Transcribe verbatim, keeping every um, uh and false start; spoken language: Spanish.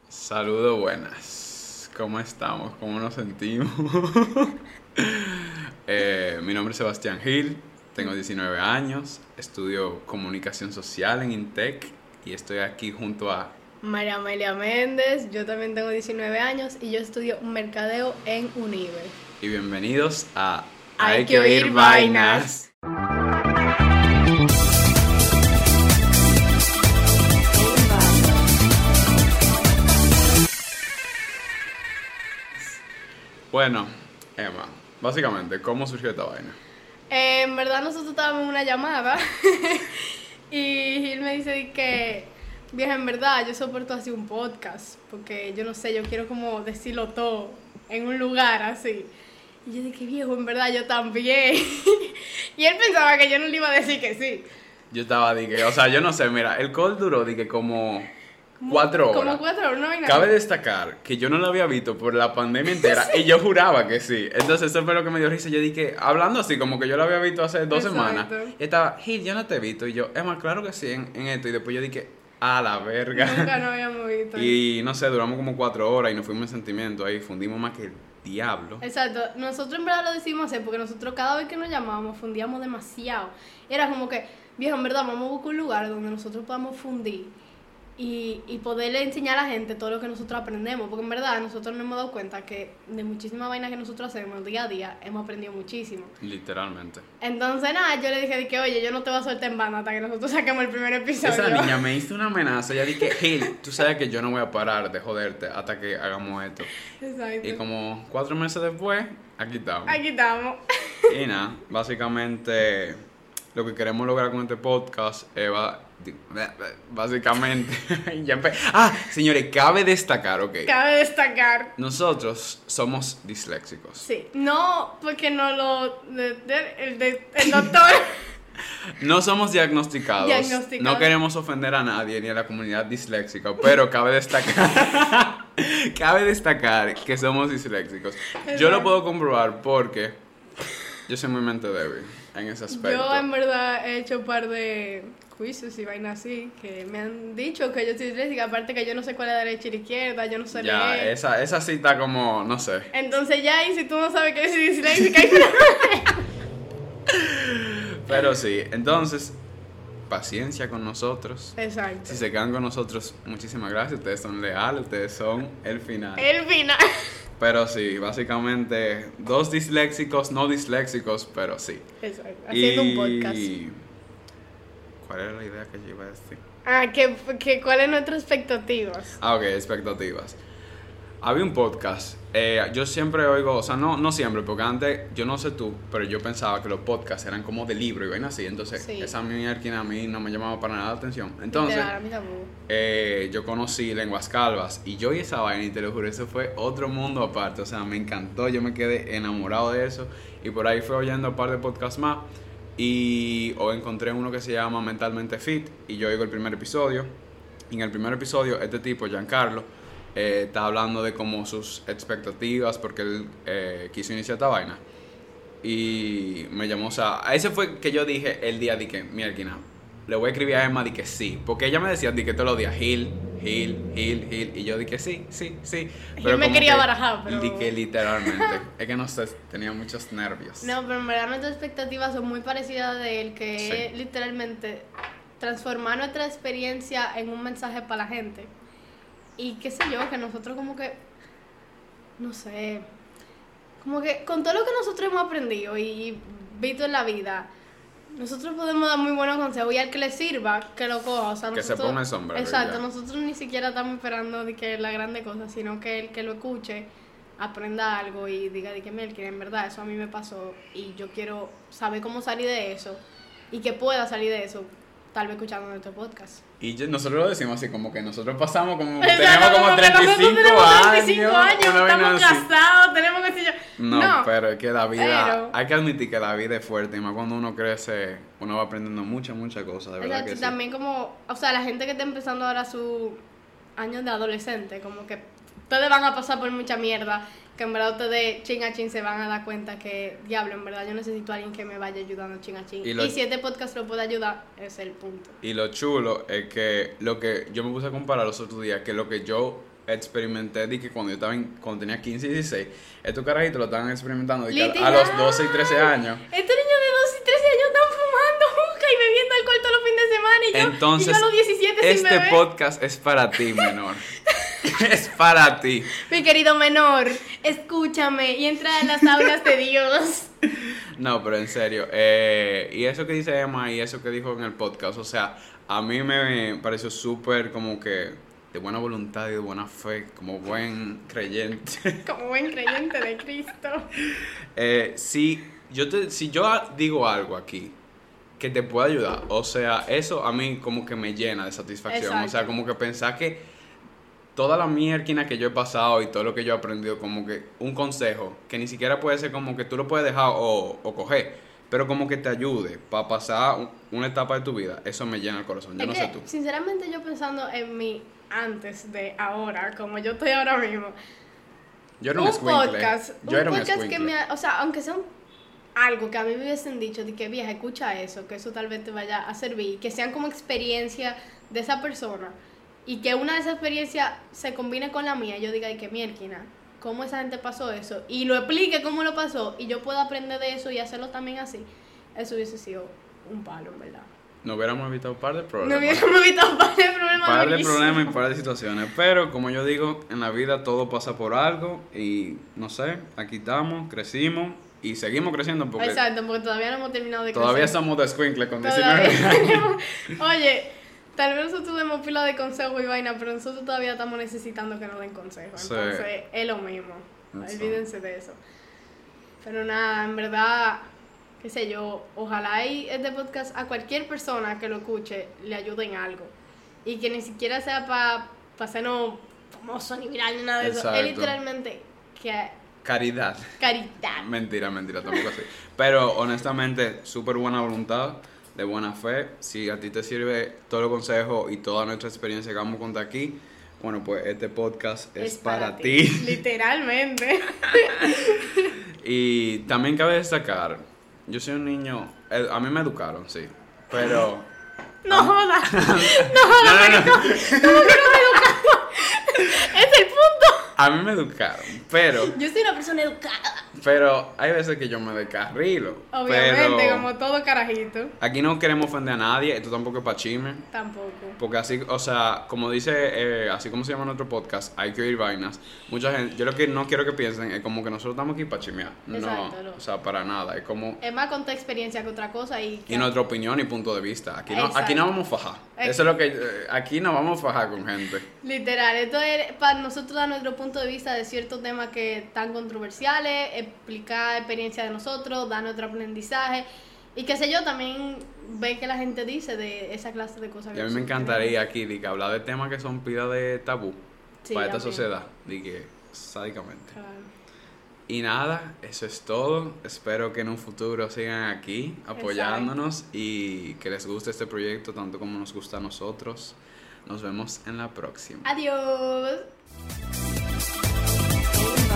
Saludos, buenas. ¿Cómo estamos? ¿Cómo nos sentimos? eh, mi nombre es Sebastián Gil, tengo diecinueve años, estudio comunicación social en INTEC y estoy aquí junto a María Amelia Méndez, yo también tengo diecinueve años y yo estudio mercadeo en Univer. Y bienvenidos a Hay, Hay que oír, oír vainas. Bueno, Emma, básicamente, ¿cómo surgió esta vaina? Eh, en verdad nosotros estábamos en una llamada y Gil me dice que, vieja, en verdad yo soporto así un podcast porque yo no sé, yo quiero como decirlo todo en un lugar así. Y yo dije, viejo, en verdad yo también. Y él pensaba que yo no le iba a decir que sí. Yo estaba, dije, o sea, yo no sé, mira, el call duró, dije, como... Cuatro horas. Como cuatro horas, no hay nada. Cabe destacar que yo no lo había visto por la pandemia entera y yo juraba que sí. Entonces eso fue lo que me dio risa. Yo dije, hablando así, como que yo lo había visto hace dos Exacto. semanas. Y estaba, Gil, yo no te he visto. Y yo, Emma, claro que sí, en, en esto. Y después yo dije, a la verga. Nunca nos habíamos visto. Y no sé, duramos como cuatro horas y nos fuimos en sentimiento ahí. Fundimos más que el diablo. Exacto. Nosotros en verdad lo decidimos hacer porque nosotros cada vez que nos llamábamos fundíamos demasiado. Era como que, viejo, en verdad, vamos a buscar un lugar donde nosotros podamos fundir. Y, y poderle enseñar a la gente todo lo que nosotros aprendemos, porque en verdad nosotros nos hemos dado cuenta que de muchísimas vainas que nosotros hacemos día a día hemos aprendido muchísimo. Literalmente. Entonces nada, yo le dije de que oye, yo no te voy a soltar en banda hasta que nosotros saquemos el primer episodio. Esa niña me hizo una amenaza, ella dije, Gil, tú sabes que yo no voy a parar de joderte hasta que hagamos esto. Exacto. Y como cuatro meses después, aquí estamos. Aquí estamos. Y nada, básicamente lo que queremos lograr con este podcast es... Va, básicamente ya empe- ah, señores, cabe destacar, ok. Cabe destacar. Nosotros somos disléxicos. Sí, no porque no lo de, de, el, de, el doctor. No somos diagnosticados. Diagnosticados. No queremos ofender a nadie ni a la comunidad disléxica, pero cabe destacar cabe destacar que somos disléxicos. Yo lo puedo comprobar porque yo soy muy mente débil en ese aspecto. Yo en verdad he hecho un par de juicios y vainas así que me han dicho que yo soy disléxica, aparte que yo no sé cuál es la derecha y la izquierda, yo no sé Ya, leer. esa, esa sí está como, no sé. Entonces ya, y si tú no sabes que yo soy disléxica, pero sí, entonces, paciencia con nosotros. exacto. Si se quedan con nosotros, muchísimas gracias. Ustedes son leales, ustedes son el final. El final. Pero sí, básicamente, dos disléxicos, no disléxicos, pero sí. Exacto, haciendo y... un podcast. ¿Cuál era la idea que yo iba a decir? Ah, que, que ¿cuáles son nuestras expectativas? Ah, ok, expectativas. Había un podcast, eh, yo siempre oigo, o sea, no, no siempre, porque antes, yo no sé tú, pero yo pensaba que los podcasts eran como de libro y vaina así, entonces Sí. esa mierda a mí no me llamaba para nada la atención. Entonces, Literal, a mí tampoco. eh, yo conocí Lenguas Calvas y yo y esa vaina, y te lo juro, eso fue otro mundo aparte, o sea, me encantó, yo me quedé enamorado de eso y por ahí fui oyendo un par de podcasts más y o encontré uno que se llama Mentalmente Fit y yo oigo el primer episodio y en el primer episodio este tipo, Giancarlo, Eh, está hablando de como sus expectativas porque él eh, quiso iniciar esta vaina y me llamó, o sea, a ese fue que yo dije el día de que, mira, le voy a escribir a Emma de que sí, porque ella me decía de que todos los días Gil, Gil, Gil, Gil, y yo dije sí, sí, sí, Gil me quería barajar, pero... di que literalmente, es que no sé, tenía muchos nervios. No, pero en verdad nuestras expectativas son muy parecidas de él, que Sí. es literalmente transformar nuestra experiencia en un mensaje para la gente. Y qué sé yo, que nosotros como que, no sé, como que con todo lo que nosotros hemos aprendido y visto en la vida, nosotros podemos dar muy buenos consejos y al que le sirva, que lo coja. O sea, Que se nosotros, ponga el sombrero, exacto, ya. nosotros ni siquiera estamos esperando de que la grande cosa, sino que el que lo escuche aprenda algo y diga de que, mira, que en verdad eso a mí me pasó y yo quiero saber cómo salir de eso y que pueda salir de eso, tal vez escuchando nuestro podcast. Y yo- nosotros lo decimos así, como que nosotros pasamos como, Exacto, tenemos como que treinta y nosotros cinco tenemos años, treinta y cinco años, una vaina estamos así. casados, tenemos que decir yo. No, No, pero es que la vida, pero- hay que admitir que la vida es fuerte y más cuando uno crece, uno va aprendiendo muchas, muchas cosas, de verdad exacto, que y sí. también como, o sea, la gente que está empezando ahora su años de adolescente, como que ustedes van a pasar por mucha mierda, que en verdad ustedes chin a chin se van a dar cuenta que, diablo, en verdad yo necesito a alguien que me vaya ayudando chin a chin. Y Y, lo- si este podcast lo puede ayudar, es el punto. Y lo chulo es que lo que yo me puse a comparar los otros días, que lo que yo experimenté de que cuando yo estaba en, cuando tenía quince y dieciséis, estos carajitos lo estaban experimentando de que a, a los doce y trece años. Estos niños de doce y trece años están fumando juca y bebiendo alcohol todos los fines de semana y yo, Entonces, y yo a los diecisiete sin este beber. podcast es para ti, menor. Es para ti. Mi querido menor, escúchame y entra en las aulas de Dios. No, pero en serio, eh, y eso que dice Emma y eso que dijo en el podcast, o sea, a mí me pareció súper como que de buena voluntad y de buena fe, como buen creyente. Como buen creyente de Cristo. Eh, si, yo te, si yo digo algo aquí que te pueda ayudar, o sea, eso a mí como que me llena de satisfacción. Exacto. O sea, como que pensar que toda la mierda que yo he pasado y todo lo que yo he aprendido, como que un consejo, que ni siquiera puede ser como que tú lo puedes dejar o, o coger, pero como que te ayude para pasar un- una etapa de tu vida, eso me llena el corazón. Yo Es no que, sé tú. sinceramente, yo pensando en mí antes de ahora, como yo estoy ahora mismo, Yo era un, un escuincle. podcast, Yo un era un podcast que escuincle. me, ha- o sea, aunque sea un- algo que a mí me hubiesen dicho de que vieja, escucha eso, que eso tal vez te vaya a servir, que sean como experiencia de esa persona y que una de esas experiencias se combine con la mía, yo diga, y que mierquina, cómo esa gente pasó eso y lo explique cómo lo pasó y yo pueda aprender de eso y hacerlo también así, eso hubiese sido un palo, en verdad. No hubiéramos evitado un par de No problemas. hubiéramos evitado un par de problemas. par de durísimos. problemas y par de situaciones. Pero como yo digo, en la vida todo pasa por algo. Y no sé, aquí estamos, crecimos y seguimos creciendo porque Exacto, porque todavía no hemos terminado de todavía crecer. estamos de escuincle con Todavía diecinueve años. tenemos- Oye, tal vez nosotros demos pila de consejos y vaina, pero nosotros todavía estamos necesitando que nos den consejos. Sí. Entonces, es lo mismo. Eso. Olvídense de eso. Pero nada, en verdad, qué sé yo, ojalá y este podcast a cualquier persona que lo escuche le ayude en algo. Y que ni siquiera sea para pa hacernos famoso ni viral ni nada de eso. Exacto. Es literalmente que Caridad. caridad. Mentira, mentira, tampoco así. Pero honestamente, súper buena voluntad, de buena fe. Si a ti te sirve todo el consejo y toda nuestra experiencia que vamos a contar aquí, bueno, pues este podcast es, para, ti. Literalmente. Y también cabe destacar, yo soy un niño, eh, a mí me educaron, sí, pero... No jodas. No, no, no. Es el punto. A mí me educaron, pero, Yo soy una persona educada. pero hay veces que yo me descarrilo. Obviamente, pero como todo carajito. aquí no queremos ofender a nadie, esto tampoco es para chisme. Tampoco. Porque así, o sea, como dice, eh, así como se llama nuestro podcast, hay que oír vainas. Mucha gente, yo lo que no quiero que piensen es como que nosotros estamos aquí para chismear. Exacto, No, no. o sea, para nada. Es como... Es más con tu experiencia que otra cosa y... Y nuestra opinión y punto de vista. Aquí no, Exacto. aquí no vamos a fajar. Eso es lo que... eh, aquí no vamos a fajar con gente. Literal, esto es para nosotros dar nuestro punto de vista de ciertos temas que están controversiales, explicar experiencia de nosotros, dar nuestro aprendizaje y qué sé yo, también ver qué la gente dice de esa clase de cosas. Y que a mí me nosotros encantaría aquí de que hablar de temas que son pila de tabú Sí, para esta a mí. sociedad. De que, sádicamente. tenemos. Claro. Y nada, eso es todo. Espero que en un futuro sigan aquí apoyándonos y que les guste este proyecto tanto como nos gusta a nosotros. Nos vemos en la próxima. Adiós.